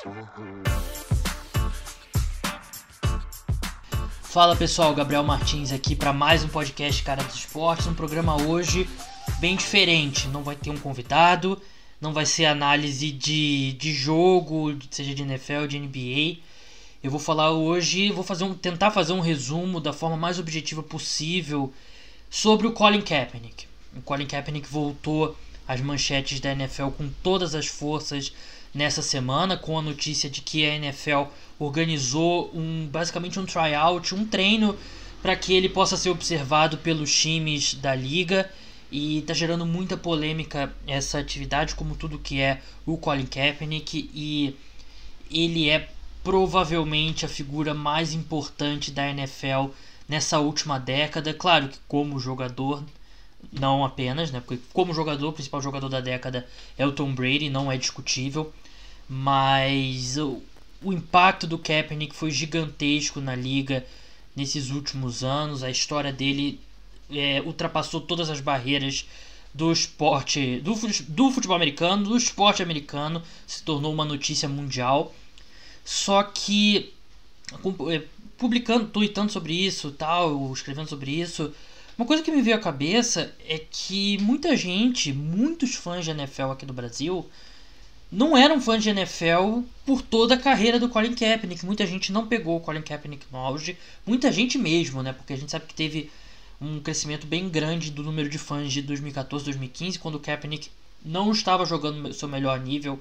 Fala pessoal, Gabriel Martins aqui para mais um podcast Cara dos Esportes. Um programa hoje bem diferente, não vai ter um convidado, não vai ser análise de jogo, seja de NFL ou de NBA. Eu vou falar hoje, tentar fazer um resumo da forma mais objetiva possível sobre o Colin Kaepernick. O Colin Kaepernick voltou às manchetes da NFL com todas as forças nessa semana, com a notícia de que a NFL organizou basicamente um tryout, um treino para que ele possa ser observado pelos times da liga, e está gerando muita polêmica essa atividade, como tudo que é o Colin Kaepernick, e ele é provavelmente a figura mais importante da NFL nessa última década. Claro que como jogador, não apenas, né? Porque como jogador, o principal jogador da década é o Tom Brady, não é discutível, mas o impacto do Kaepernick foi gigantesco na liga nesses últimos anos. A história dele ultrapassou todas as barreiras do esporte, do futebol americano, do esporte americano, se tornou uma notícia mundial. Só que tweetando sobre isso, escrevendo sobre isso, uma coisa que me veio à cabeça é que muitos fãs de NFL aqui do Brasil não eram fãs de NFL por toda a carreira do Colin Kaepernick. Muita gente não pegou o Colin Kaepernick no auge, muita gente mesmo, né? Porque a gente sabe que teve um crescimento bem grande do número de fãs de 2014, 2015, quando o Kaepernick não estava jogando seu melhor nível,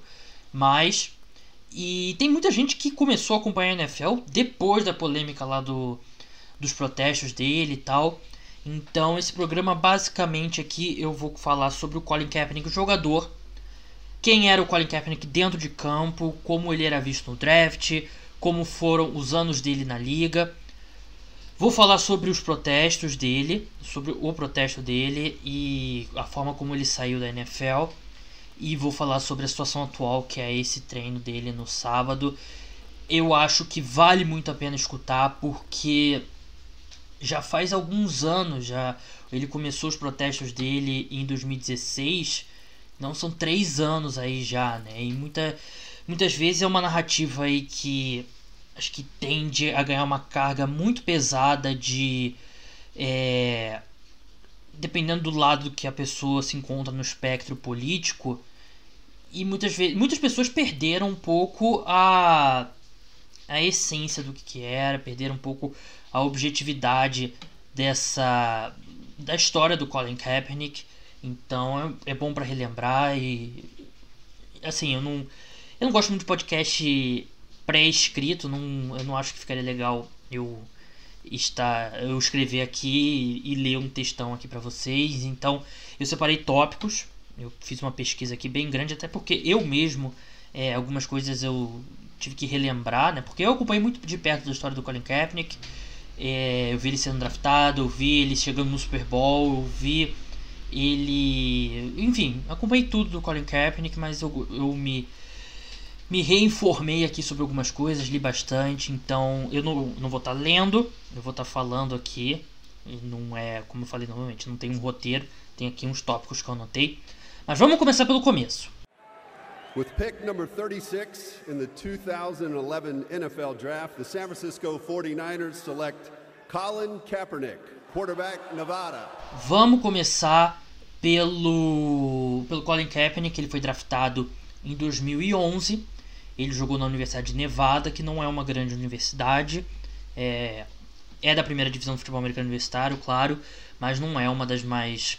e tem muita gente que começou a acompanhar a NFL depois da polêmica lá dos protestos dele e tal. Então esse programa basicamente aqui eu vou falar sobre o Colin Kaepernick, o jogador, quem era o Colin Kaepernick dentro de campo, como ele era visto no draft, como foram os anos dele na liga. Vou falar sobre os protestos dele, sobre o protesto dele e a forma como ele saiu da NFL. E vou falar sobre a situação atual, que é esse treino dele no sábado. Eu acho que vale muito a pena escutar, porque já faz alguns anos, ele começou os protestos dele em 2016, não são 3 anos aí já, né? E muitas vezes é uma narrativa aí que acho que tende a ganhar uma carga muito pesada dependendo do lado que a pessoa se encontra no espectro político, e muitas pessoas perderam um pouco a essência do que era, perderam um pouco a objetividade da história do Colin Kaepernick. Então é bom para relembrar. E assim, eu não gosto muito de podcast pré-escrito, eu não acho que ficaria legal eu escrever aqui e ler um textão aqui para vocês. Então eu separei tópicos, eu fiz uma pesquisa aqui bem grande, até porque eu mesmo algumas coisas eu tive que relembrar, né? Porque eu acompanhei muito de perto da história do Colin Kaepernick. Eu vi ele sendo draftado, eu vi ele chegando no Super Bowl, eu vi ele, enfim, acompanhei tudo do Colin Kaepernick, mas eu me reinformei aqui sobre algumas coisas, li bastante. Então eu não vou estar lendo, eu vou estar falando aqui. Não é, como eu falei normalmente, não tem um roteiro, tem aqui uns tópicos que eu anotei. Mas vamos começar pelo começo. With pick number 36 in the 2011 NFL Draft, the San Francisco 49ers select Colin Kaepernick, quarterback, Nevada. Vamos começar pelo Colin Kaepernick. Ele foi draftado em 2011. Ele jogou na Universidade de Nevada, que não é uma grande universidade. É da primeira divisão do futebol americano universitário, claro, mas não é uma das mais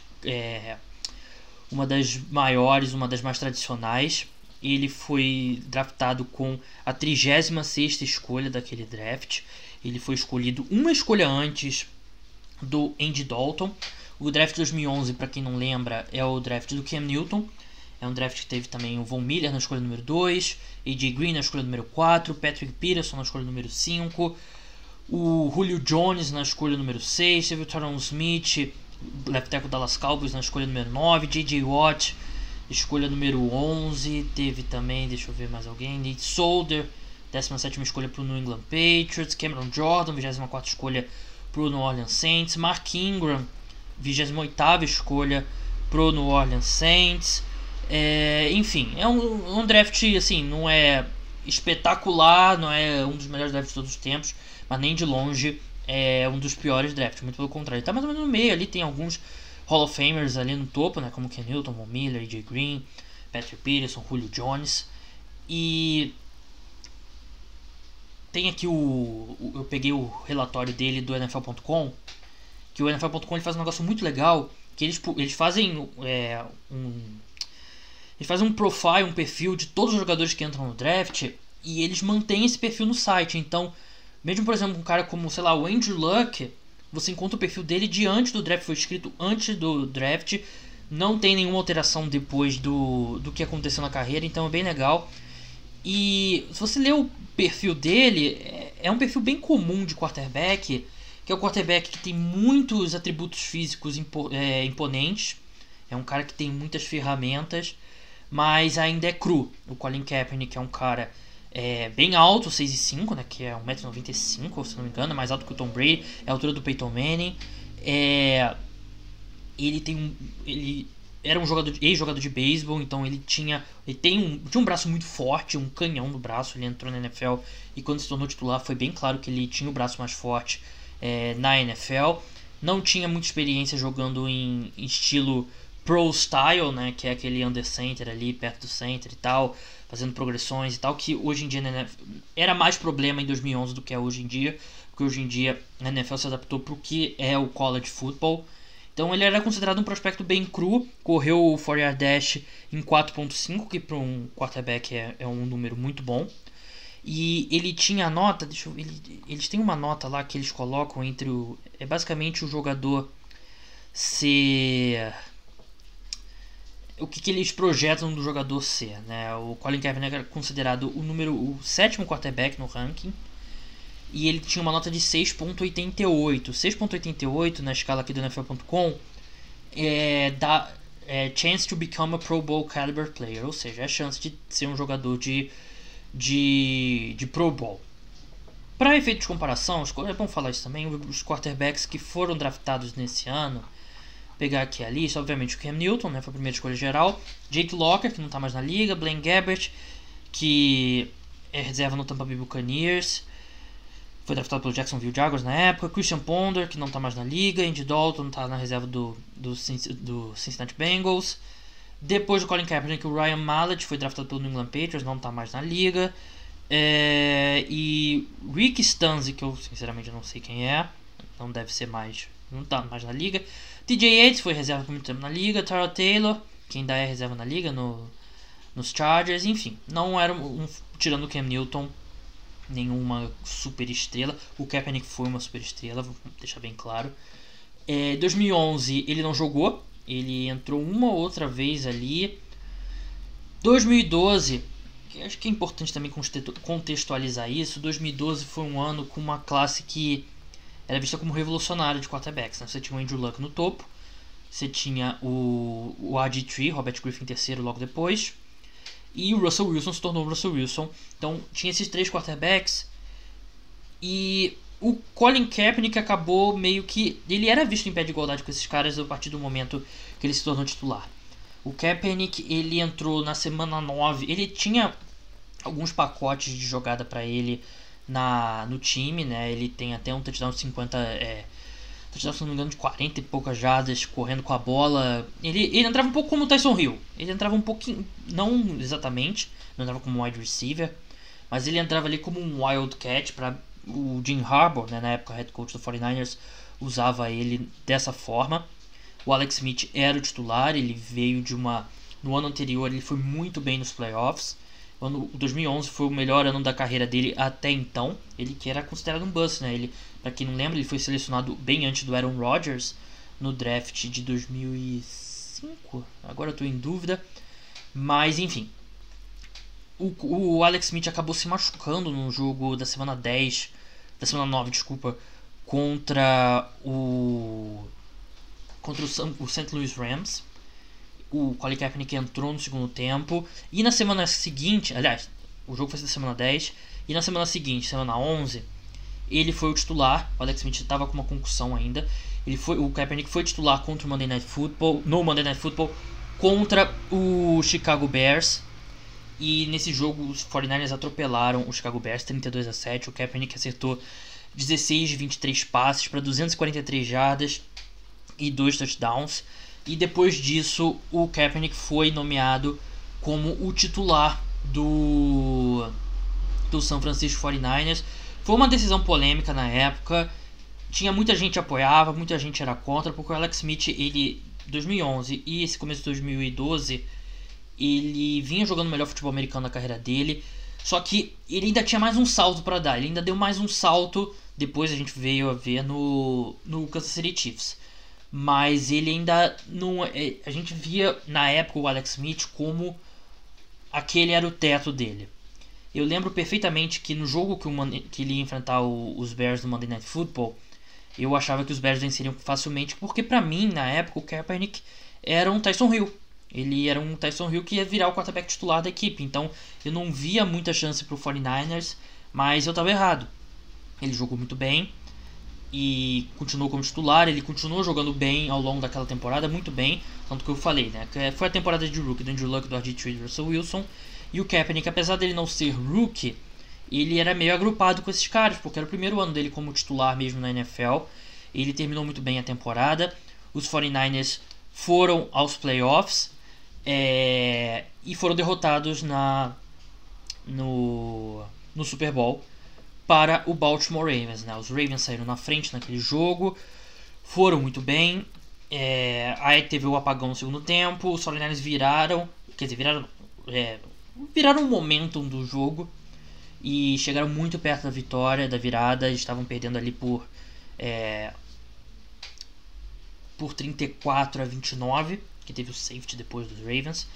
maiores, uma das mais tradicionais. Ele foi draftado com a 36ª escolha daquele draft. Ele foi escolhido uma escolha antes do Andy Dalton. O draft de 2011, para quem não lembra, é o draft do Cam Newton. É um draft que teve também o Von Miller na escolha número 2, AJ Green na escolha número 4, Patrick Peterson na escolha número 5, o Julio Jones na escolha número 6, teve o Tyron Smith, left tackle Dallas Cowboys, na escolha número 9, J.J. Watt, escolha número 11, teve também, deixa eu ver mais alguém, Nate Solder, 17ª escolha para o New England Patriots, Cameron Jordan, 24ª escolha para o New Orleans Saints, Mark Ingram, 28ª escolha para o New Orleans Saints. Enfim, é um draft, assim, não é espetacular, não é um dos melhores drafts de todos os tempos, mas nem de longe é um dos piores drafts, muito pelo contrário. Ele tá mais ou menos no meio ali, tem alguns Hall of Famers ali no topo, né, como Ken Newton, Von Miller, AJ Green, Patrick Peterson, Julio Jones. E tem aqui eu peguei o relatório dele do NFL.com, que o NFL.com ele faz um negócio muito legal, que eles fazem eles fazem um profile, um perfil de todos os jogadores que entram no draft, e eles mantêm esse perfil no site. Então, mesmo por exemplo um cara como, sei lá, o Andrew Luck, você encontra o perfil dele de antes do draft, foi escrito antes do draft, não tem nenhuma alteração depois do que aconteceu na carreira, então é bem legal. E se você ler o perfil dele, é um perfil bem comum de quarterback, que é o quarterback que tem muitos atributos físicos imponentes, é um cara que tem muitas ferramentas, mas ainda é cru. O Colin Kaepernick é um cara bem alto, 6'5", né, que é 1,95m, se não me engano, é mais alto que o Tom Brady, é a altura do Peyton Manning. Ele era um ex-jogador de beisebol, então ele tinha um braço muito forte, um canhão no braço. Ele entrou na NFL e quando se tornou titular foi bem claro que ele tinha o braço mais forte na NFL. Não tinha muita experiência jogando em estilo pro style, né, que é aquele under center ali, perto do center e tal, fazendo progressões e tal, que hoje em dia na NFL era mais problema em 2011 do que é hoje em dia, porque hoje em dia a NFL se adaptou para o que é o college football. Então ele era considerado um prospecto bem cru, correu o 4-yard dash em 4.5, que para um quarterback é um número muito bom. E ele tinha a nota, eles têm uma nota lá que eles colocam entre é basicamente o jogador ser... O que eles projetam do jogador ser, né? O Colin Kaepernick era considerado o 7º quarterback no ranking, e ele tinha uma nota de 6.88. 6.88 na escala aqui do NFL.com dá chance to become a Pro Bowl caliber player, ou seja, a chance de ser um jogador de Pro Bowl. Para efeito de comparação, é bom falar isso também, os quarterbacks que foram draftados nesse ano, pegar aqui a lista, obviamente o Cam Newton, né, foi a primeira escolha geral, Jake Locker, que não está mais na liga, Blaine Gabbert, que é reserva no Tampa Bay Buccaneers, foi draftado pelo Jacksonville Jaguars na época, Christian Ponder, que não está mais na liga, Andy Dalton está na reserva do Cincinnati Bengals. Depois do Colin Kaepernick, o Ryan Mallett foi draftado pelo New England Patriots, não está mais na liga. E Rick Stanzi, que eu sinceramente não sei quem é, não deve ser mais, não está mais na liga. TJ Yates foi reserva por muito tempo na liga. Tyrod Taylor, que ainda é reserva na liga nos Chargers. Enfim, não era tirando o Cam Newton, nenhuma super estrela. O Kaepernick foi uma super estrela, vou deixar bem claro. 2011 ele não jogou, ele entrou uma ou outra vez ali. 2012, acho que é importante também contextualizar isso. 2012 foi um ano com uma classe que era vista como revolucionária de quarterbacks, né? Você tinha o Andrew Luck no topo, você tinha o RG3, Robert Griffin III logo depois, e o Russell Wilson se tornou o Russell Wilson. Então tinha esses 3 quarterbacks, e o Colin Kaepernick acabou meio que... Ele era visto em pé de igualdade com esses caras a partir do momento que ele se tornou titular. O Kaepernick, ele entrou na semana 9, ele tinha alguns pacotes de jogada para ele no time, né? Ele tem até um touchdown de 50, touchdown, se não me engano, de 40 e poucas jardas correndo com a bola. Ele entrava um pouco como o Tyson Hill. Ele entrava um pouquinho, não exatamente, não entrava como um wide receiver, mas ele entrava ali como um wildcat. Para o Jim Harbaugh, né, na época head coach do 49ers, usava ele dessa forma. O Alex Smith era o titular, ele veio no ano anterior ele foi muito bem nos playoffs. O ano 2011 foi o melhor ano da carreira dele até então. Ele que era considerado um bust, né? Ele, pra quem não lembra, ele foi selecionado bem antes do Aaron Rodgers no draft de 2005. Agora eu tô em dúvida. Mas enfim, o Alex Smith acabou se machucando no jogo da semana 9, desculpa, contra o St. Louis Rams. O Colin Kaepernick entrou no segundo tempo, e na semana seguinte, aliás, o jogo foi na semana 10, e na semana seguinte, semana 11, ele foi o titular. O Alex Smith estava com uma concussão ainda. O Kaepernick foi titular contra o Monday Night Football, no Monday Night Football, contra o Chicago Bears, E nesse jogo os 49ers atropelaram os Chicago Bears 32-7. O Kaepernick acertou 16 de 23 passes para 243 jardas e 2 touchdowns. E depois disso o Kaepernick foi nomeado como o titular do San Francisco 49ers. Foi uma decisão polêmica na época. Tinha muita gente que apoiava, muita gente era contra, porque o Alex Smith, ele 2011 e esse começo de 2012, ele vinha jogando o melhor futebol americano na carreira dele. Só que ele ainda tinha mais um salto para dar. Ele ainda deu mais um salto. Depois a gente veio a ver no Kansas City Chiefs. Mas ele ainda não... A gente via na época o Alex Smith como aquele era o teto dele. Eu lembro perfeitamente que no jogo que ele ia enfrentar os Bears no Monday Night Football, eu achava que os Bears venceriam facilmente, porque pra mim, na época, o Kaepernick era um Tyson Hill. Ele era um Tyson Hill que ia virar o quarterback titular da equipe. Então eu não via muita chance pro 49ers, mas eu estava errado. Ele jogou muito bem e continuou como titular. Ele continuou jogando bem ao longo daquela temporada, muito bem. Tanto que eu falei, né? Foi a temporada de rookie do Andrew Luck, do RG3 e do Russell Wilson. E o Kaepernick, apesar dele não ser rookie, ele era meio agrupado com esses caras, porque era o primeiro ano dele como titular mesmo na NFL. Ele terminou muito bem a temporada. Os 49ers foram aos playoffs e foram derrotados no Super Bowl para o Baltimore Ravens, né? Os Ravens saíram na frente naquele jogo, foram muito bem. Aí teve o apagão no segundo tempo. Os 49ers viraram o momentum do jogo e chegaram muito perto da vitória, da virada. Estavam perdendo ali por 34-29, que teve o safety depois dos Ravens.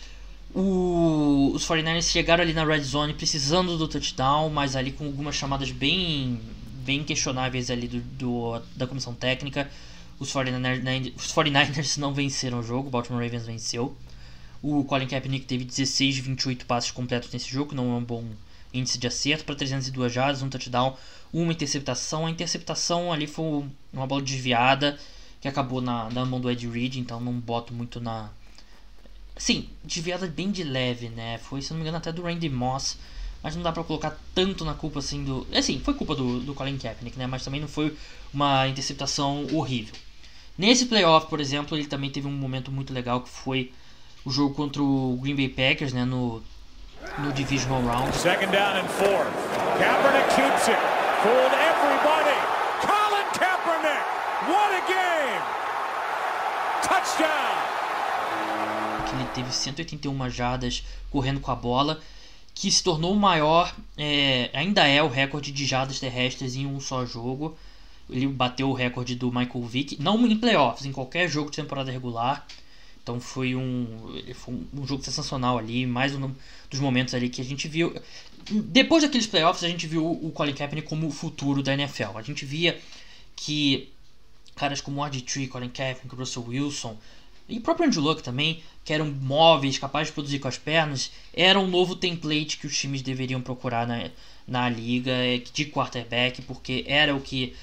Os 49ers chegaram ali na red zone precisando do touchdown, mas ali com algumas chamadas bem questionáveis ali da comissão técnica. Os 49ers não venceram o jogo, o Baltimore Ravens venceu. O Colin Kaepernick teve 16 de 28 passes completos nesse jogo, que não é um bom índice de acerto, para 302 jardas, um touchdown, uma interceptação. A interceptação ali foi uma bola desviada que acabou na mão do Ed Reed, então não boto muito na... Sim, desviada bem de leve, né? Foi, se não me engano, até do Randy Moss, mas não dá pra colocar tanto na culpa assim do... foi culpa do Colin Kaepernick, né? Mas também não foi uma interceptação horrível. Nesse playoff, por exemplo, ele também teve um momento muito legal, que foi o jogo contra o Green Bay Packers, né? No Divisional Round. Second down and 4. Kaepernick keeps it. Fooled everybody. Colin Kaepernick. What a game. Touchdown. Ele teve 181 jardas correndo com a bola, que se tornou o maior, ainda é o recorde de jardas terrestres em um só jogo. Ele bateu o recorde do Michael Vick, não em playoffs, em qualquer jogo de temporada regular. Então foi um jogo sensacional ali, mais um dos momentos ali que a gente viu. Depois daqueles playoffs, a gente viu o Colin Kaepernick como o futuro da NFL. A gente via que caras como o RG3, Colin Kaepernick, Russell Wilson e o próprio Andrew Luck também, que eram móveis, capazes de produzir com as pernas, era um novo template que os times deveriam procurar na liga de quarterback, porque era o que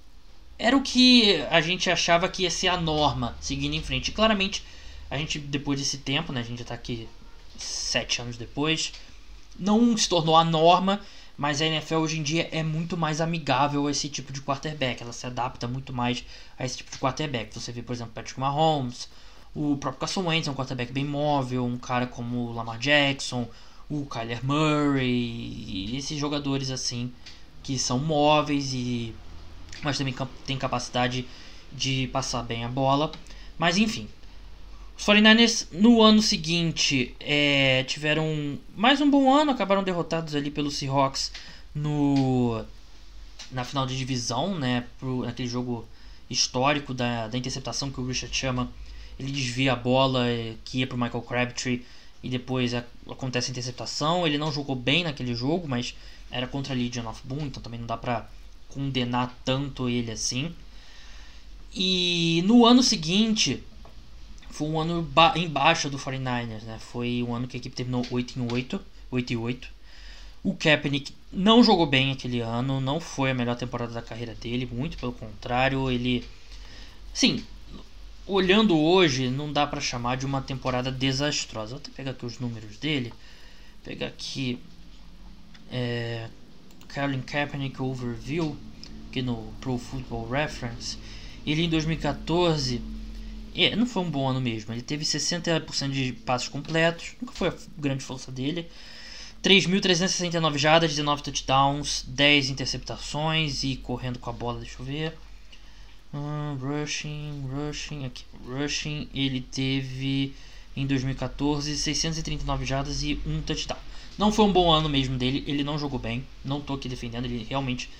a gente achava que ia ser a norma seguindo em frente. E claramente, a gente, depois desse tempo, né, a gente já está aqui 7 anos depois, não se tornou a norma, mas a NFL hoje em dia é muito mais amigável a esse tipo de quarterback. Ela se adapta muito mais a esse tipo de quarterback. Você vê, por exemplo, Patrick Mahomes, o próprio Carson Wentz é um quarterback bem móvel, um cara como o Lamar Jackson, o Kyler Murray, e esses jogadores assim que são móveis, mas também tem capacidade de passar bem a bola. Mas enfim, os 49ers no ano seguinte tiveram mais um bom ano, acabaram derrotados ali pelos Seahawks na final de divisão, né, naquele jogo histórico da interceptação que o Richard Sherman, ele desvia a bola que ia para o Michael Crabtree e depois acontece a interceptação. Ele não jogou bem naquele jogo, mas era contra a Legion of Boom, então também não dá para condenar tanto ele assim. E no ano seguinte foi um ano em baixa do 49ers, né? Foi um ano que a equipe terminou 8-8. O Kaepernick não jogou bem aquele ano, não foi a melhor temporada da carreira dele, muito pelo contrário. Ele, sim, olhando hoje, não dá pra chamar de uma temporada desastrosa. Vou até pegar aqui os números dele, pegar aqui Colin Kaepernick Overview aqui no Pro Football Reference. Ele em 2014 não foi um bom ano mesmo. Ele teve 60% de passes completos, nunca foi a grande força dele. 3.369 jardas, 19 touchdowns, 10 interceptações e correndo com a bola, deixa eu ver. Rushing, ele teve em 2014 639 jardas e 1 touchdown. Não foi um bom ano mesmo dele, ele não jogou bem, não tô aqui defendendo, ele realmente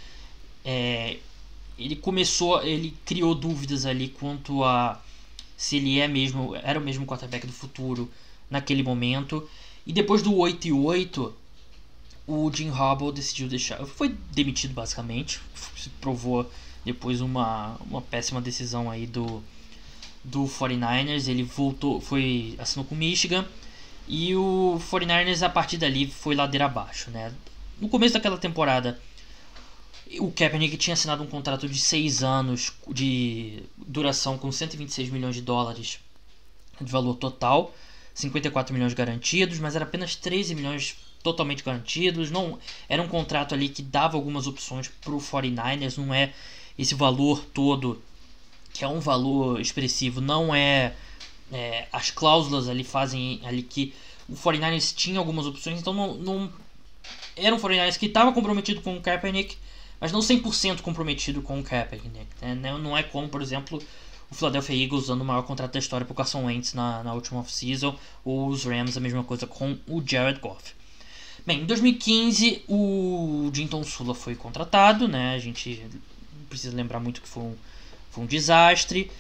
ele criou dúvidas ali quanto a se ele era o mesmo quarterback do futuro naquele momento. E depois do 8-8, o Jim Harbaugh decidiu foi demitido basicamente, se provou depois uma péssima decisão aí do 49ers. Ele voltou, assinou com o Michigan, e o 49ers a partir dali foi ladeira abaixo, né? No começo daquela temporada, o Kaepernick tinha assinado um contrato de 6 anos de duração com 126 milhões de dólares de valor total, 54 milhões garantidos, mas era apenas 13 milhões totalmente garantidos. Não era um contrato ali que dava algumas opções para o 49ers, não é esse valor todo, que é um valor expressivo, não as cláusulas ali fazem ali que o 49ers tinha algumas opções, então não era um 49ers que estava comprometido com o Kaepernick, mas não 100% comprometido com o Kaepernick, né? Não é como, por exemplo, o Philadelphia Eagles usando o maior contrato da história para o Carson Wentz na última off-season, ou os Rams a mesma coisa com o Jared Goff. Bem, em 2015 o Jim Tomsula foi contratado, né? A gente não precisa lembrar muito que foi um desastre.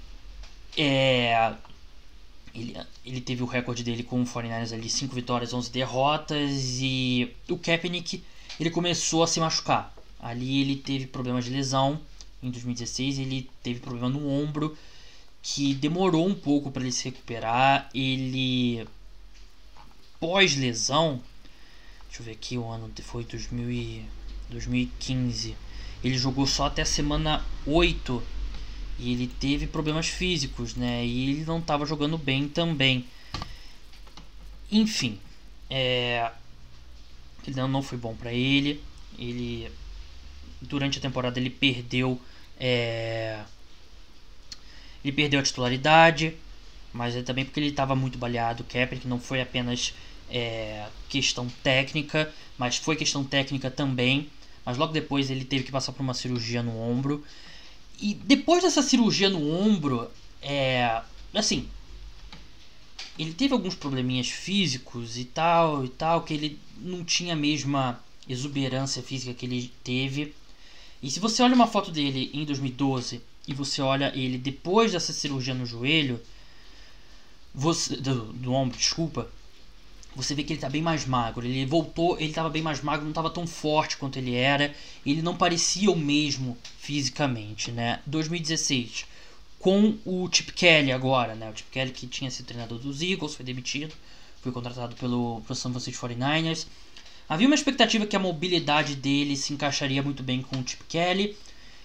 Ele teve o recorde dele com o 49ers ali, 5 vitórias, 11 derrotas, e o Kaepernick ele começou a se machucar. Ali ele teve problemas de lesão. Em 2016 ele teve problema no ombro, que demorou um pouco para ele se recuperar. Ele, pós-lesão, deixa eu ver aqui, o ano foi 2015, ele jogou só até a semana 8 e ele teve problemas físicos, né? E ele não estava jogando bem também. Enfim, ele não foi bom para ele. Durante a temporada ele perdeu a titularidade, mas é também porque ele estava muito baleado. O Kaepernick não foi apenas questão técnica, mas foi questão técnica também. Mas logo depois ele teve que passar por uma cirurgia no ombro. E depois dessa cirurgia no ombro, ele teve alguns probleminhas físicos e tal, que ele não tinha a mesma exuberância física que ele teve. E se você olha uma foto dele em 2012 e você olha ele depois dessa cirurgia no joelho, do ombro, desculpa, você vê que ele está bem mais magro. Ele voltou, ele estava bem mais magro, não estava tão forte quanto ele era. Ele não parecia o mesmo fisicamente, né? 2016, com o Chip Kelly agora, né? O Chip Kelly, que tinha sido treinador dos Eagles, foi demitido, foi contratado pelo San Francisco 49ers. Havia uma expectativa que a mobilidade dele se encaixaria muito bem com o Chip Kelly.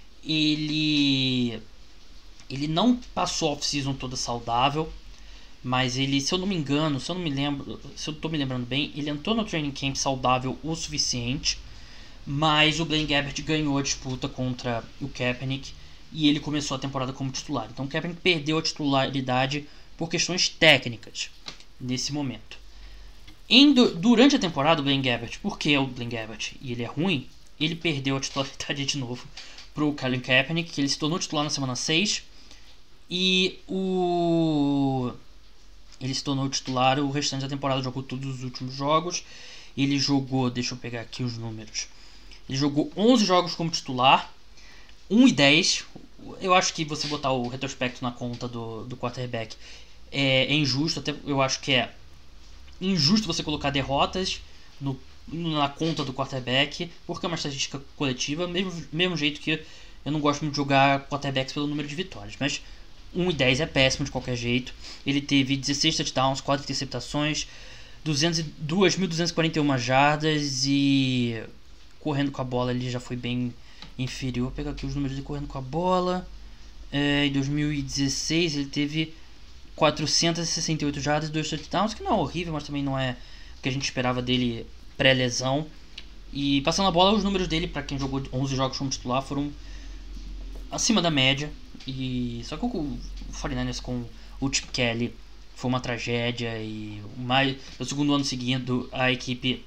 Ele não passou a off-season toda saudável, mas ele, se eu me estou me lembrando bem, ele entrou no training camp saudável o suficiente, mas o Blaine Gabbert ganhou a disputa contra o Kaepernick e ele começou a temporada como titular. Então o Kaepernick perdeu a titularidade por questões técnicas nesse momento. Durante a temporada, o Blaine Gabbert, porque é o Blaine Gabbert e ele é ruim, ele perdeu a titularidade de novo para o Colin Kaepernick, que ele se tornou titular na semana 6, e ele se tornou titular o restante da temporada, jogou todos os últimos jogos. Ele jogou, deixa eu pegar aqui os números, ele jogou 11 jogos como titular, 1-10. Eu acho que você botar o retrospecto na conta do quarterback é injusto, até eu acho que é injusto você colocar derrotas na conta do quarterback, porque é uma estatística coletiva, mesmo jeito que eu não gosto muito de jogar quarterbacks pelo número de vitórias, mas 1-10 é péssimo de qualquer jeito. Ele teve 16 touchdowns, 4 interceptações, 2.241 jardas, e correndo com a bola ele já foi bem inferior. Vou pegar aqui os números de correndo com a bola. Em 2016 ele teve 468 jardas e 2 touchdowns, que não é horrível, mas também não é que a gente esperava dele pré-lesão. E passando a bola, os números dele, para quem jogou 11 jogos como titular, foram acima da média. E só que o 49ers com o Chip Kelly foi uma tragédia. E no segundo ano seguido, a equipe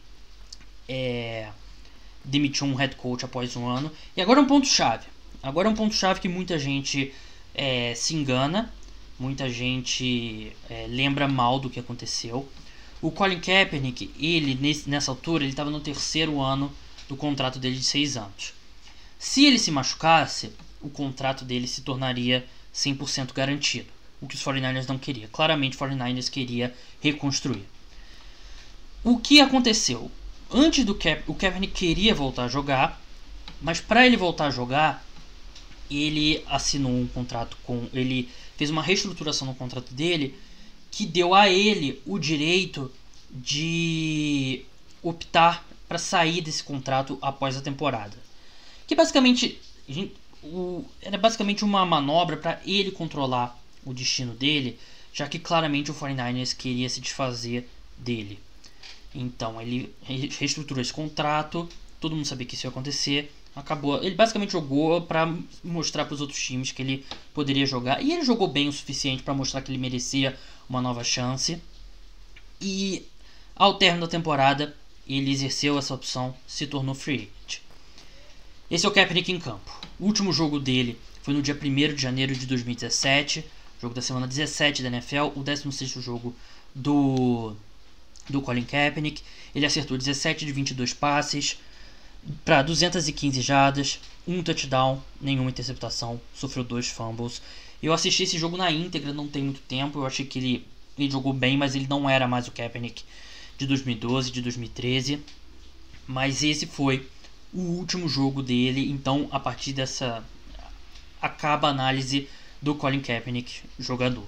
demitiu um head coach após um ano. E agora é um ponto-chave. Agora é um ponto-chave que muita gente se engana. Muita gente lembra mal do que aconteceu. O Colin Kaepernick, ele nessa altura, ele estava no terceiro ano do contrato dele de 6 anos. Se ele se machucasse, o contrato dele se tornaria 100% garantido. O que os 49ers não queriam. Claramente, os 49ers queria reconstruir. O que aconteceu? Antes o Kaepernick queria voltar a jogar, mas para ele voltar a jogar, ele assinou um contrato ele fez uma reestruturação no contrato dele que deu a ele o direito de optar para sair desse contrato após a temporada. Que basicamente era basicamente uma manobra para ele controlar o destino dele, já que claramente o 49ers queria se desfazer dele. Então ele reestruturou esse contrato, todo mundo sabia que isso ia acontecer. Acabou. Ele basicamente jogou para mostrar para os outros times que ele poderia jogar. E ele jogou bem o suficiente para mostrar que ele merecia uma nova chance. E ao término da temporada, ele exerceu essa opção, se tornou free agent. Esse é o Kaepernick em campo. O último jogo dele foi no dia 1º de janeiro de 2017, jogo da semana 17 da NFL, o 16º jogo do Colin Kaepernick. Ele acertou 17 de 22 passes para 215 jardas, um touchdown, nenhuma interceptação, sofreu 2 fumbles. Eu assisti esse jogo na íntegra, não tem muito tempo, eu achei que ele jogou bem, mas ele não era mais o Kaepernick de 2012, de 2013. Mas esse foi o último jogo dele, então a partir dessa acaba a análise do Colin Kaepernick, jogador.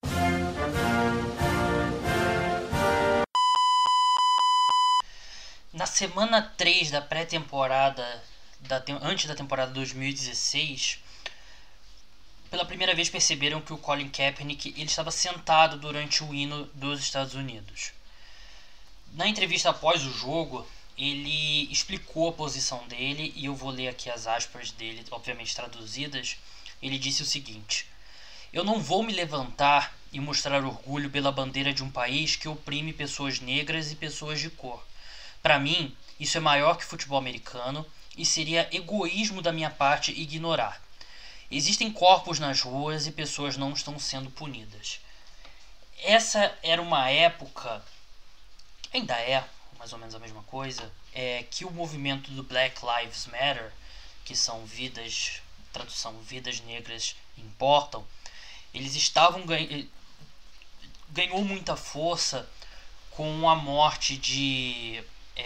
Na semana 3 da pré-temporada, antes da temporada 2016, pela primeira vez perceberam que o Colin Kaepernick ele estava sentado durante o hino dos Estados Unidos. Na entrevista após o jogo, ele explicou a posição dele, e eu vou ler aqui as aspas dele, obviamente traduzidas. Ele disse o seguinte: "Eu não vou me levantar e mostrar orgulho pela bandeira de um país que oprime pessoas negras e pessoas de cor. Para mim, isso é maior que futebol americano e seria egoísmo da minha parte ignorar. Existem corpos nas ruas e pessoas não estão sendo punidas." Essa era uma época, ainda é mais ou menos a mesma coisa, que o movimento do Black Lives Matter, que são tradução, vidas negras importam, eles estavam ganhou muita força com a morte de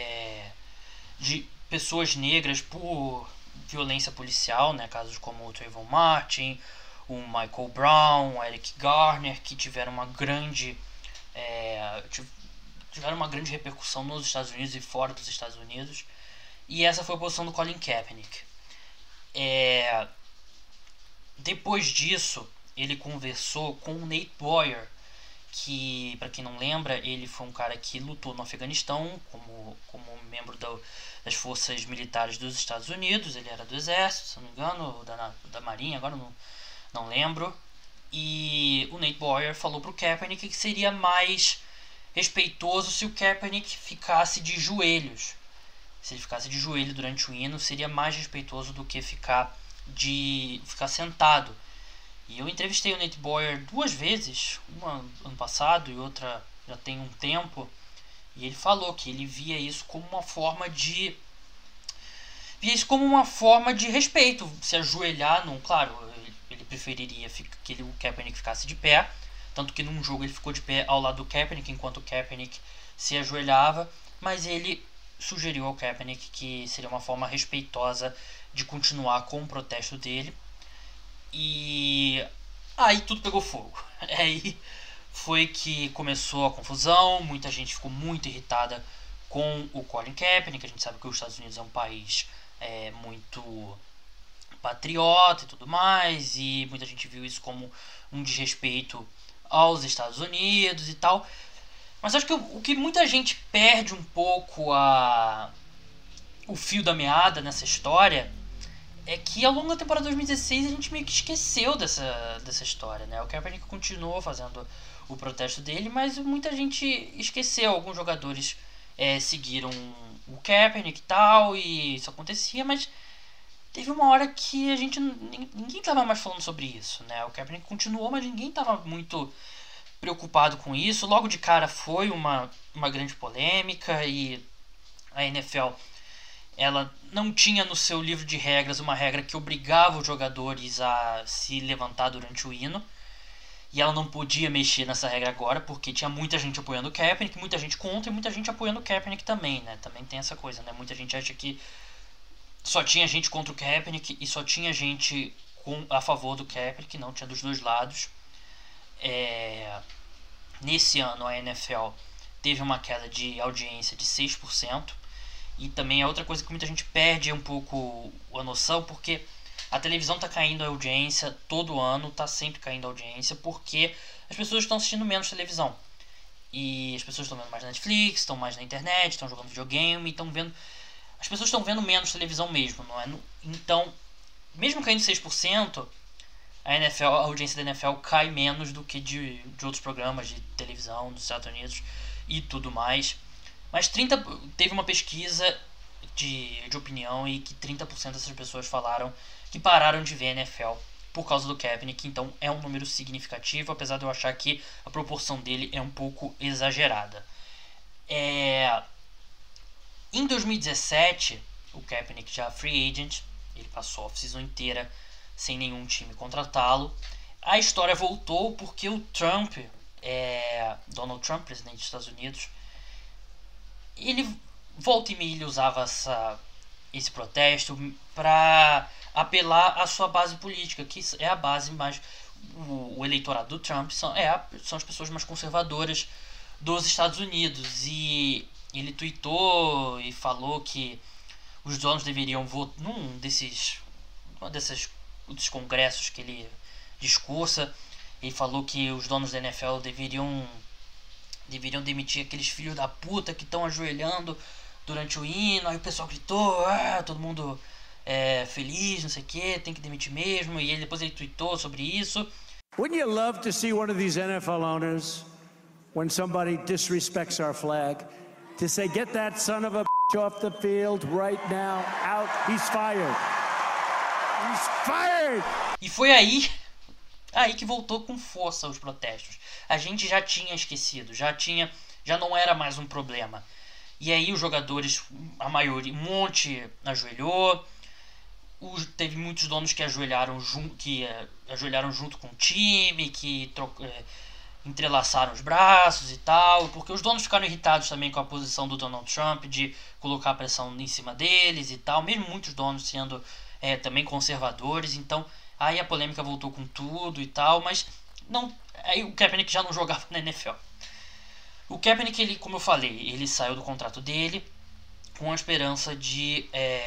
pessoas negras por violência policial, né? Casos como o Trayvon Martin, o Michael Brown, o Eric Garner, que tiveram uma grande repercussão nos Estados Unidos e fora dos Estados Unidos. E essa foi a posição do Colin Kaepernick. Depois disso, ele conversou com o Nate Boyer, que, para quem não lembra, ele foi um cara que lutou no Afeganistão como membro das forças militares dos Estados Unidos. Ele era do exército, se não me engano, da marinha, agora não lembro. E o Nate Boyer falou pro Kaepernick que seria mais respeitoso se o Kaepernick ficasse de joelhos. Se ele ficasse de joelho durante o hino, seria mais respeitoso do que ficar sentado. E eu entrevistei o Nate Boyer 2 vezes, uma ano passado e outra já tem um tempo, e ele falou que ele via isso como uma forma de respeito, se ajoelhar, claro, ele preferiria que o Kaepernick ficasse de pé, tanto que num jogo ele ficou de pé ao lado do Kaepernick enquanto o Kaepernick se ajoelhava, mas ele sugeriu ao Kaepernick que seria uma forma respeitosa de continuar com o protesto dele. E aí tudo pegou fogo. Aí foi que começou a confusão, muita gente ficou muito irritada com o Colin Kaepernick. A gente sabe que os Estados Unidos é um país muito patriota e tudo mais, e muita gente viu isso como um desrespeito aos Estados Unidos e tal. Mas acho que o que muita gente perde um pouco o fio da meada nessa história é que ao longo da temporada 2016 a gente meio que esqueceu dessa história, né? O Kaepernick continuou fazendo o protesto dele, mas muita gente esqueceu. Alguns jogadores seguiram o Kaepernick e tal, e isso acontecia, mas teve uma hora que ninguém tava mais falando sobre isso, né? O Kaepernick continuou, mas ninguém tava muito preocupado com isso. Logo de cara foi uma grande polêmica, e a NFL ela não tinha no seu livro de regras uma regra que obrigava os jogadores a se levantar durante o hino. E ela não podia mexer nessa regra agora, porque tinha muita gente apoiando o Kaepernick, muita gente contra e muita gente apoiando o Kaepernick também, né? Também tem essa coisa, né? Muita gente acha que só tinha gente contra o Kaepernick e só tinha gente a favor do Kaepernick, não, tinha dos dois lados. Nesse ano a NFL teve uma queda de audiência de 6%. E também é outra coisa que muita gente perde um pouco a noção, porque a televisão está caindo a audiência todo ano, está sempre caindo a audiência, porque as pessoas estão assistindo menos televisão. E as pessoas estão vendo mais na Netflix, estão mais na internet, estão jogando videogame, estão vendo... As pessoas estão vendo menos televisão mesmo, não é? Então, mesmo caindo 6%, a audiência da NFL cai menos do que de outros programas de televisão dos Estados Unidos e tudo mais. Mas teve uma pesquisa de opinião e que 30% dessas pessoas falaram que pararam de ver a NFL por causa do Kaepernick. Então é um número significativo, apesar de eu achar que a proporção dele é um pouco exagerada. Em 2017, o Kaepernick já free agent, ele passou a off-season inteira sem nenhum time contratá-lo. A história voltou porque o Trump, Donald Trump, presidente dos Estados Unidos, ele volta e meia ele usava esse protesto para apelar à sua base política, que é a base mais... O eleitorado do Trump são as pessoas mais conservadoras dos Estados Unidos. E ele tweetou e falou que os donos deveriam votar num desses congressos que ele discursa. Ele falou que os donos da NFL deveriam demitir aqueles filhos da puta que estão ajoelhando durante o hino. Aí o pessoal gritou, todo mundo feliz, não sei o que, tem que demitir mesmo. E depois ele tweetou sobre isso. Wouldn't you love to see one of these NFL owners, when somebody disrespects our flag, to say, get that son of a bitch off the field right now, out, he's fired. He's fired! E foi aí que voltou com força os protestos. A gente já tinha esquecido, já não era mais um problema. E aí os jogadores, a maioria, um monte ajoelhou. Teve muitos donos que ajoelharam junto com o time, que entrelaçaram os braços e tal, porque os donos ficaram irritados também com a posição do Donald Trump de colocar pressão em cima deles e tal, mesmo muitos donos sendo também conservadores. Então aí a polêmica voltou com tudo e tal, mas não, aí o Kaepernick já não jogava na NFL. O Kaepernick, ele, como eu falei, ele saiu do contrato dele com a esperança de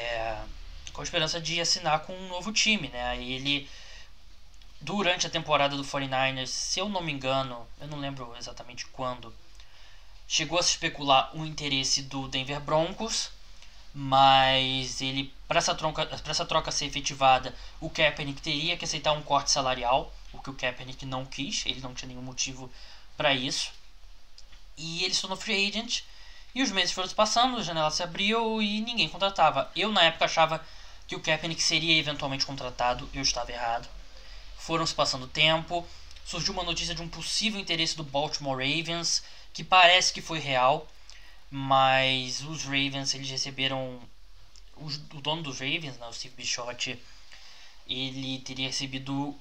assinar com um novo time, né? Ele, durante a temporada do 49ers, se eu não me engano, eu não lembro exatamente quando, chegou a se especular o interesse do Denver Broncos, mas ele, para essa troca ser efetivada, o Kaepernick teria que aceitar um corte salarial, o que o Kaepernick não quis, ele não tinha nenhum motivo para isso, e ele se tornou free agent, e os meses foram se passando, a janela se abriu e ninguém contratava. Eu na época achava que o Kaepernick seria eventualmente contratado, eu estava errado. Foram se passando o tempo, surgiu uma notícia de um possível interesse do Baltimore Ravens, que parece que foi real, mas os Ravens, eles receberam, o dono dos Ravens, né, o Steve Bisciotti, ele teria recebido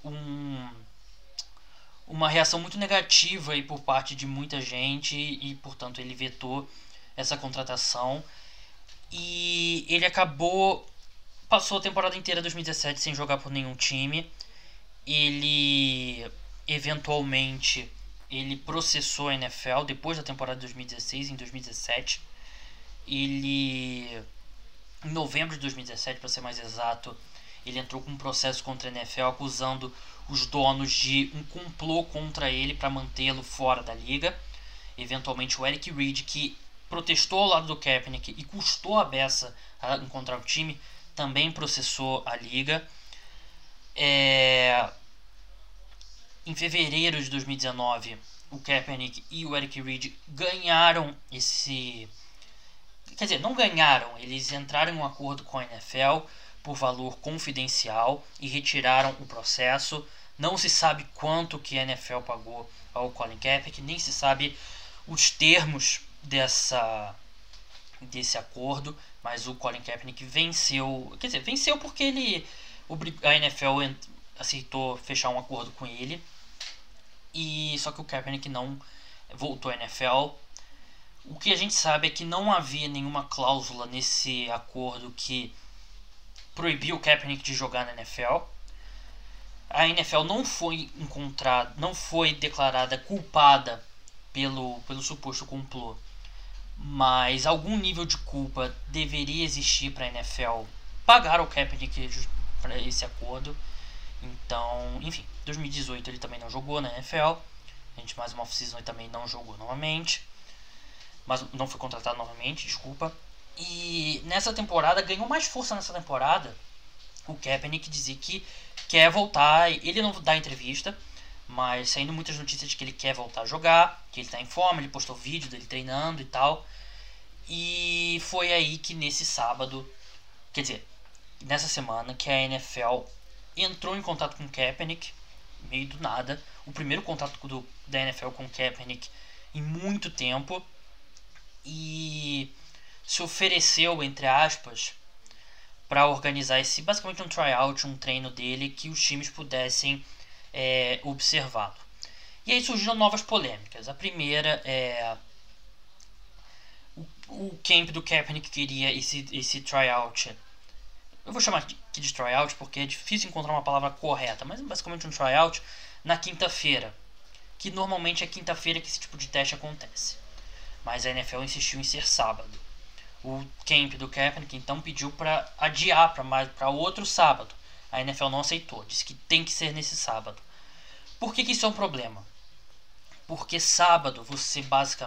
uma reação muito negativa aí por parte de muita gente e, portanto, ele vetou essa contratação. E ele passou a temporada inteira de 2017 sem jogar por nenhum time. Ele, eventualmente, ele processou a NFL depois da temporada de 2016, em 2017. Em novembro de 2017, para ser mais exato, ele entrou com um processo contra a NFL acusando os donos de um complô contra ele para mantê-lo fora da liga. eventualmente o Eric Reid, que protestou ao lado do Kaepernick e custou a beça a encontrar o time, também processou a liga. Em fevereiro de 2019, o Kaepernick e o Eric Reid ganharam esse... Quer dizer, não ganharam, eles entraram em um acordo com a NFL por valor confidencial e retiraram o processo. Não se sabe quanto que a NFL pagou ao Colin Kaepernick, nem se sabe os termos desse acordo, mas o Colin Kaepernick venceu. Quer dizer, venceu porque a NFL aceitou fechar um acordo com ele, e só que o Kaepernick não voltou à NFL. O que a gente sabe é que não havia nenhuma cláusula nesse acordo que proibiu o Kaepernick de jogar na NFL. A NFL não foi declarada culpada pelo suposto complô, mas algum nível de culpa deveria existir para a NFL pagar o Kaepernick para esse acordo. Então, enfim, 2018 ele também não jogou na NFL. A gente mais uma off-season ele também não jogou novamente, mas não foi contratado novamente, desculpa. E nessa temporada, ganhou mais força nessa temporada o Kaepernick dizer que quer voltar. Ele não dá entrevista, mas saindo muitas notícias de que ele quer voltar a jogar, que ele está em forma, ele postou vídeo dele treinando e tal. E foi aí que nesse sábado, quer dizer, nessa semana, que a NFL entrou em contato com o Kaepernick, meio do nada. O primeiro contato da NFL com o Kaepernick em muito tempo. E se ofereceu, entre aspas, para organizar basicamente um tryout, um treino dele, que os times pudessem observá-lo. E aí surgiram novas polêmicas. A primeira é o camp do Kaepernick queria esse tryout. Eu vou chamar aqui de tryout porque é difícil encontrar uma palavra correta, mas basicamente um tryout na quinta-feira, que normalmente é quinta-feira que esse tipo de teste acontece, mas a NFL insistiu em ser sábado. O camp do Kaepernick então pediu para adiar para outro sábado. A NFL não aceitou, disse que tem que ser nesse sábado. Por que isso é um problema? Porque sábado você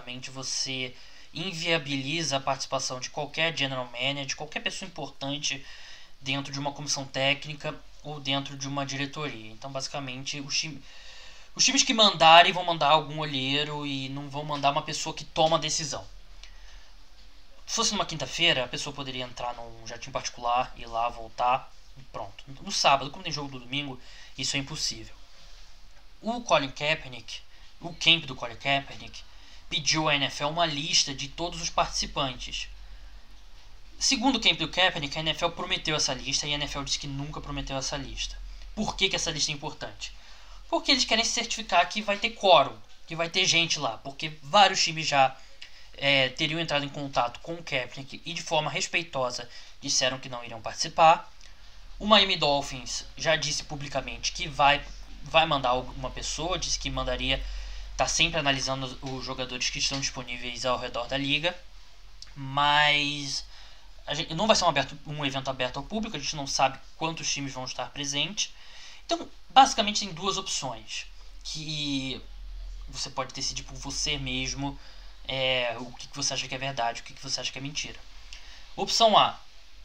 inviabiliza a participação de qualquer general manager, de qualquer pessoa importante dentro de uma comissão técnica ou dentro de uma diretoria. Então basicamente os times que mandarem vão mandar algum olheiro e não vão mandar uma pessoa que toma a decisão. Se fosse numa quinta-feira, a pessoa poderia entrar num jatinho particular, ir lá, voltar e pronto. No sábado, como tem jogo do domingo, isso é impossível. O camp do Colin Kaepernick pediu à NFL uma lista de todos os participantes. Segundo o camp do Kaepernick, a NFL prometeu essa lista e a NFL disse que nunca prometeu essa lista. Por que essa lista é importante? Porque eles querem se certificar que vai ter quórum, que vai ter gente lá, porque vários times já teriam entrado em contato com o Kaepernick e de forma respeitosa disseram que não iriam participar. O Miami Dolphins já disse publicamente que vai mandar uma pessoa, disse que mandaria, está sempre analisando os jogadores que estão disponíveis ao redor da liga, mas não vai ser um evento aberto ao público, a gente não sabe quantos times vão estar presentes. Então, basicamente tem duas opções, que você pode decidir por você mesmo o que você acha que é verdade, o que você acha que é mentira. Opção A: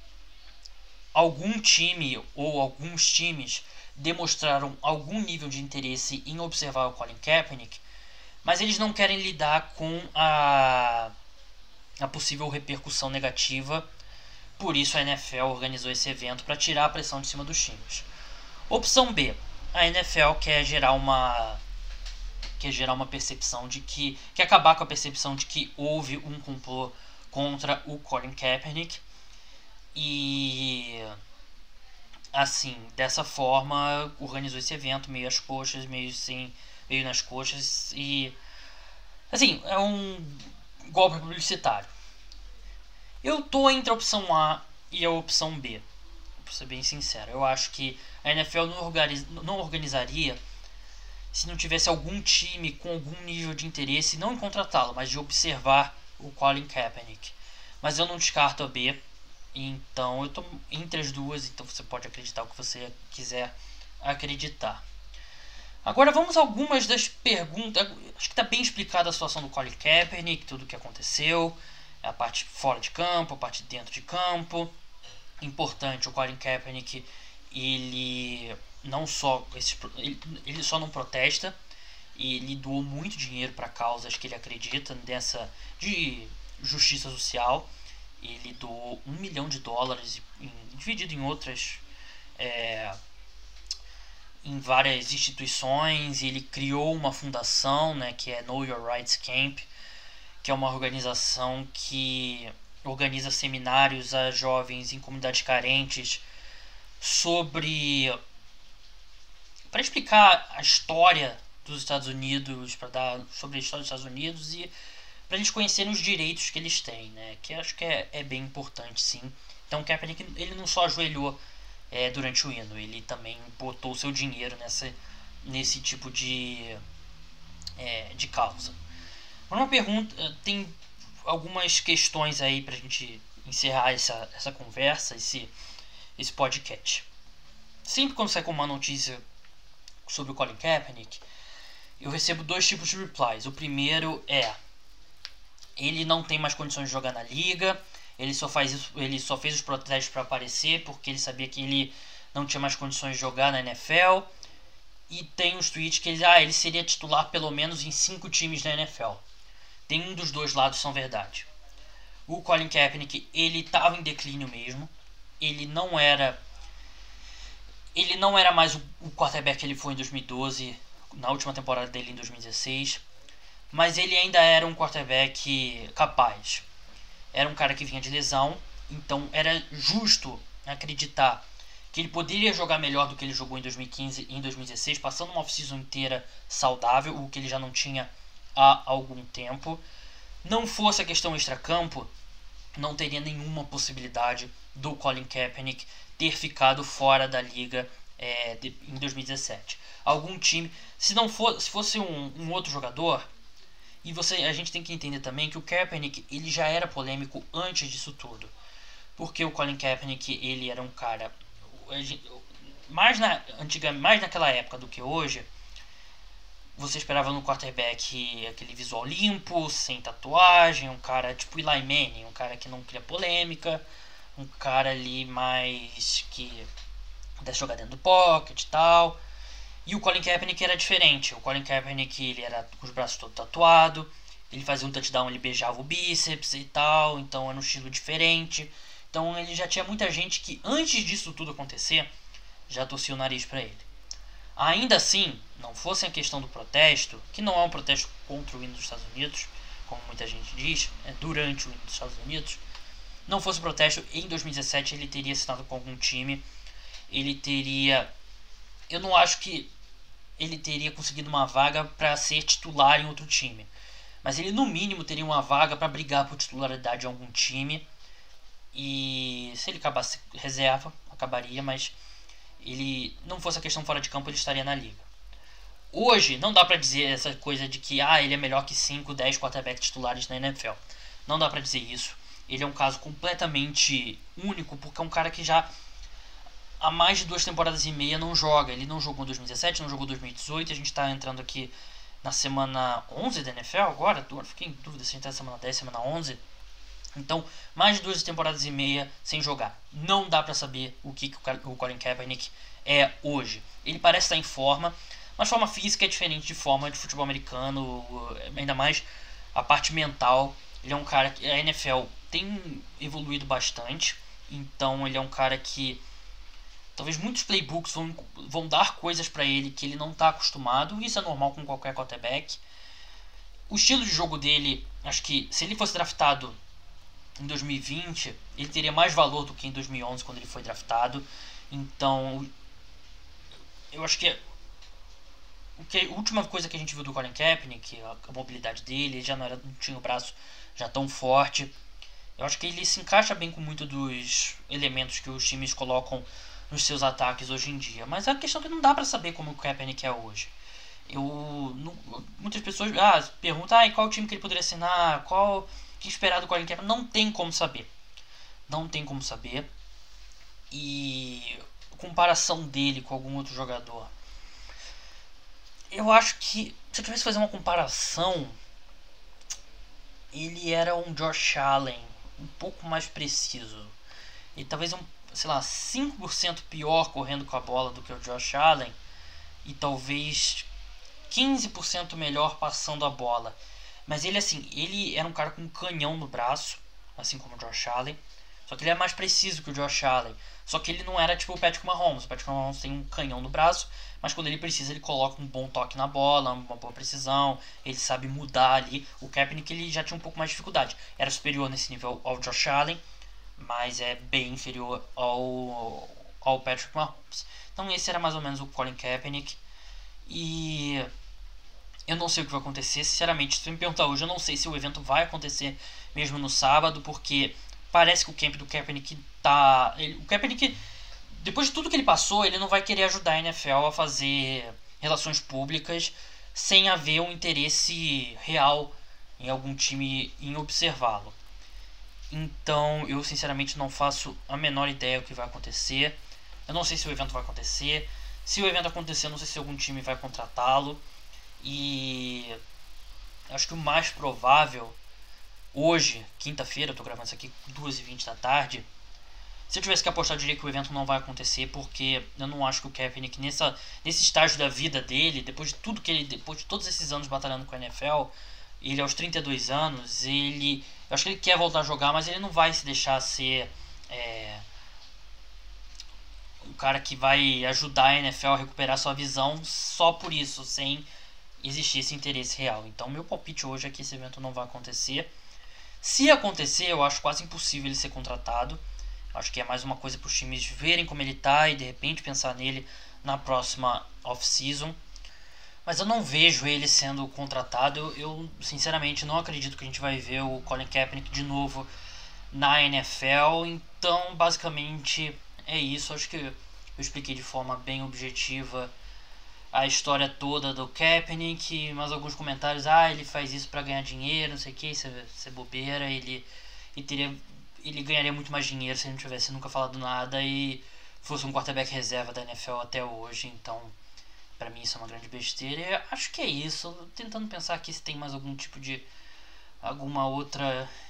algum time ou alguns times demonstraram algum nível de interesse em observar o Colin Kaepernick, mas eles não querem lidar com a possível repercussão negativa. Por isso a NFL organizou esse evento para tirar a pressão de cima dos times. Opção B: a NFL quer gerar uma percepção de quer acabar com a percepção de que houve um complô contra o Colin Kaepernick, e assim, dessa forma organizou esse evento meio às coxas, meio nas coxas, e assim, é um golpe publicitário. Eu tô entre a opção A e a opção B, pra ser bem sincero. Eu acho que a NFL não organizaria se não tivesse algum time com algum nível de interesse, não em contratá-lo, mas de observar o Colin Kaepernick. Mas eu não descarto a B, então eu tô entre as duas, então você pode acreditar o que você quiser acreditar. Agora vamos a algumas das perguntas. Acho que está bem explicada a situação do Colin Kaepernick, tudo o que aconteceu, a parte fora de campo, a parte dentro de campo. Importante, o Colin Kaepernick, ele só não protesta, ele doou muito dinheiro para causas que ele acredita nessa de justiça social. Ele doou $1 milhão dividido em outras em várias instituições. Ele criou uma fundação, né, que é Know Your Rights Camp, que é uma organização que organiza seminários a jovens em comunidades carentes para explicar a história dos Estados Unidos, sobre a história dos Estados Unidos e para eles conhecerem os direitos que eles têm, né? Que acho que é bem importante, sim. Então o Kaepernick, ele não só ajoelhou durante o hino, ele também botou o seu dinheiro nesse tipo de causa. Uma pergunta, tem algumas questões aí pra gente encerrar essa conversa, esse podcast. Sempre quando sai com uma notícia sobre o Colin Kaepernick, eu recebo 2 tipos de replies. O primeiro é: ele não tem mais condições de jogar na liga, ele só fez os protestos para aparecer porque ele sabia que ele não tinha mais condições de jogar na NFL. E tem os tweets que ele seria titular pelo menos em 5 times da NFL. Tem um dos dois lados são verdade. O Colin Kaepernick, ele estava em declínio mesmo. Ele não era mais o quarterback que ele foi em 2012, na última temporada dele em 2016. Mas ele ainda era um quarterback capaz. Era um cara que vinha de lesão, então era justo acreditar que ele poderia jogar melhor do que ele jogou em 2015 e em 2016, passando uma off-season inteira saudável, o que ele já não tinha há algum tempo. Não fosse a questão extracampo, não teria nenhuma possibilidade do Colin Kaepernick ter ficado fora da liga em 2017. Algum time, se fosse um outro jogador, e a gente tem que entender também que o Kaepernick, ele já era polêmico antes disso tudo, porque o Colin Kaepernick, ele era um cara mais naquela época do que hoje. Você esperava no quarterback aquele visual limpo, sem tatuagem, um cara tipo Eli Manning, um cara que não cria polêmica, um cara ali mais que pudesse jogar dentro do pocket e tal. E o Colin Kaepernick era diferente. O Colin Kaepernick, ele era com os braços todo tatuado, ele fazia um touchdown, ele beijava o bíceps e tal, então era um estilo diferente. Então ele já tinha muita gente que antes disso tudo acontecer já torcia o nariz para ele. Ainda assim, não fosse a questão do protesto, que não é um protesto contra o hino dos Estados Unidos, como muita gente diz, é durante o hino dos Estados Unidos. Não fosse o protesto, em 2017 ele teria assinado com algum time, eu não acho que ele teria conseguido uma vaga para ser titular em outro time, mas ele no mínimo teria uma vaga para brigar por titularidade em algum time. E se ele acabasse reserva, acabaria, mas ele não fosse a questão fora de campo, ele estaria na liga. Hoje não dá pra dizer essa coisa de que ele é melhor que 5, 10 quarterbacks titulares na NFL. Não dá pra dizer isso. Ele é um caso completamente único, porque é um cara que já há mais de 2 temporadas e meia não joga. Ele não jogou em 2017, não jogou em 2018. A gente tá entrando aqui na semana 11 da NFL agora. Fiquei em dúvida se a gente tá na semana 10, semana 11. Então, mais de 2 temporadas e meia sem jogar. Não dá pra saber o que o Colin Kaepernick é hoje. Ele parece estar em forma, mas forma física é diferente de forma de futebol americano, ainda mais a parte mental. Ele é um cara que a NFL tem evoluído bastante, então ele é um cara que talvez muitos playbooks vão dar coisas pra ele que ele não está acostumado. Isso é normal com qualquer quarterback. O estilo de jogo dele, acho que se ele fosse draftado em 2020, ele teria mais valor do que em 2011, quando ele foi draftado. Então, eu acho que a última coisa que a gente viu do Colin Kaepernick, a mobilidade dele, ele já não tinha o braço já tão forte. Eu acho que ele se encaixa bem com muitos dos elementos que os times colocam nos seus ataques hoje em dia. Mas a questão é que não dá pra saber como o Kaepernick é hoje. Muitas pessoas perguntam qual time que ele poderia assinar, o que esperar do Colin Kaepernick. Não tem como saber. Não tem como saber. E a comparação dele com algum outro jogador, eu acho que se eu tivesse que fazer uma comparação, ele era um Josh Allen um pouco mais preciso. E talvez sei lá, 5% pior correndo com a bola do que o Josh Allen. E talvez 15% melhor passando a bola. Mas ele era um cara com um canhão no braço, assim como o Josh Allen. Só que ele é mais preciso que o Josh Allen. Só que ele não era tipo o Patrick Mahomes. O Patrick Mahomes tem um canhão no braço, mas quando ele precisa ele coloca um bom toque na bola, uma boa precisão. Ele sabe mudar ali. O Kaepernick ele já tinha um pouco mais de dificuldade. Era superior nesse nível ao Josh Allen, mas é bem inferior ao Patrick Mahomes. Então esse era mais ou menos o Colin Kaepernick. E eu não sei o que vai acontecer. Sinceramente, se você me perguntar hoje, eu não sei se o evento vai acontecer mesmo no sábado, porque parece que o camp do Kaepernick o Kaepernick, depois de tudo que ele passou, ele não vai querer ajudar a NFL a fazer relações públicas sem haver um interesse real em algum time em observá-lo. Então, eu sinceramente não faço a menor ideia do que vai acontecer. Eu não sei se o evento vai acontecer. Se o evento acontecer, eu não sei se algum time vai contratá-lo. E acho que o mais provável, hoje, quinta-feira, eu tô gravando isso aqui 2h20 da tarde. Se eu tivesse que apostar, eu diria que o evento não vai acontecer, porque eu não acho que o Kaepernick, nesse estágio da vida dele, depois de todos esses anos batalhando com a NFL, ele aos 32 anos, eu acho que ele quer voltar a jogar, mas ele não vai se deixar ser o cara que vai ajudar a NFL a recuperar sua visão só por isso, sem existir esse interesse real. Então meu palpite hoje é que esse evento não vai acontecer. Se acontecer, eu acho quase impossível ele ser contratado. Acho que é mais uma coisa para os times verem como ele tá e de repente pensar nele na próxima off-season. Mas eu não vejo ele sendo contratado. Eu sinceramente não acredito que a gente vai ver o Colin Kaepernick de novo na NFL. Então basicamente é isso. Acho que eu expliquei de forma bem objetiva a história toda do Kaepernick. Mas alguns comentários, ele faz isso para ganhar dinheiro, não sei o que, isso é bobeira. Ele ganharia muito mais dinheiro se ele não tivesse nunca falado nada e fosse um quarterback reserva da NFL até hoje. Então, pra mim isso é uma grande besteira. E acho que é isso. Tentando pensar aqui se tem mais algum tipo de algum outro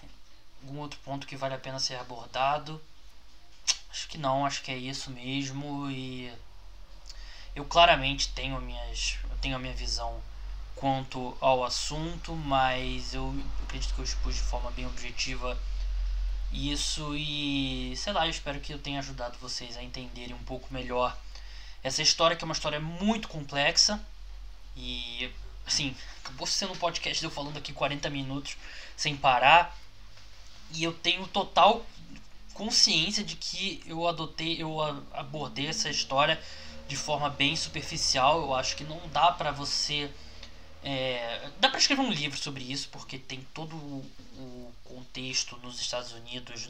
ponto que vale a pena ser abordado. Acho que não, acho que é isso mesmo. E eu claramente tenho a minha visão quanto ao assunto, mas eu acredito que eu expus de forma bem objetiva isso e sei lá, eu espero que eu tenha ajudado vocês a entenderem um pouco melhor essa história, que é uma história muito complexa. E assim, acabou sendo um podcast eu falando aqui 40 minutos sem parar, e eu tenho total consciência de que eu abordei essa história de forma bem superficial. Eu acho que não dá pra você dá pra escrever um livro sobre isso, porque tem todo o contexto nos Estados Unidos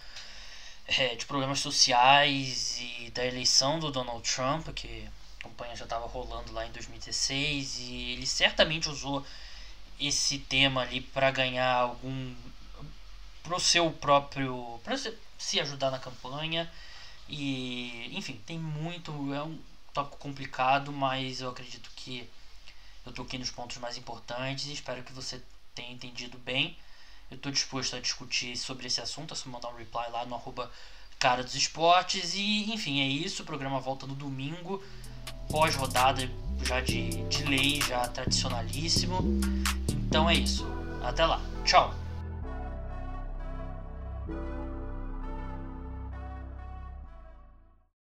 de problemas sociais e da eleição do Donald Trump, que a campanha já estava rolando lá em 2016, e ele certamente usou esse tema ali para ganhar pro seu próprio, para se ajudar na campanha. E enfim, é um tópico complicado, mas eu acredito que eu toquei nos pontos mais importantes e espero que você tenha entendido bem. Eu estou disposto a discutir sobre esse assunto, é só mandar um reply lá no @cara-dos-esportes. E enfim, é isso. O programa volta no domingo, pós-rodada já de lei, já tradicionalíssimo. Então é isso. Até lá. Tchau.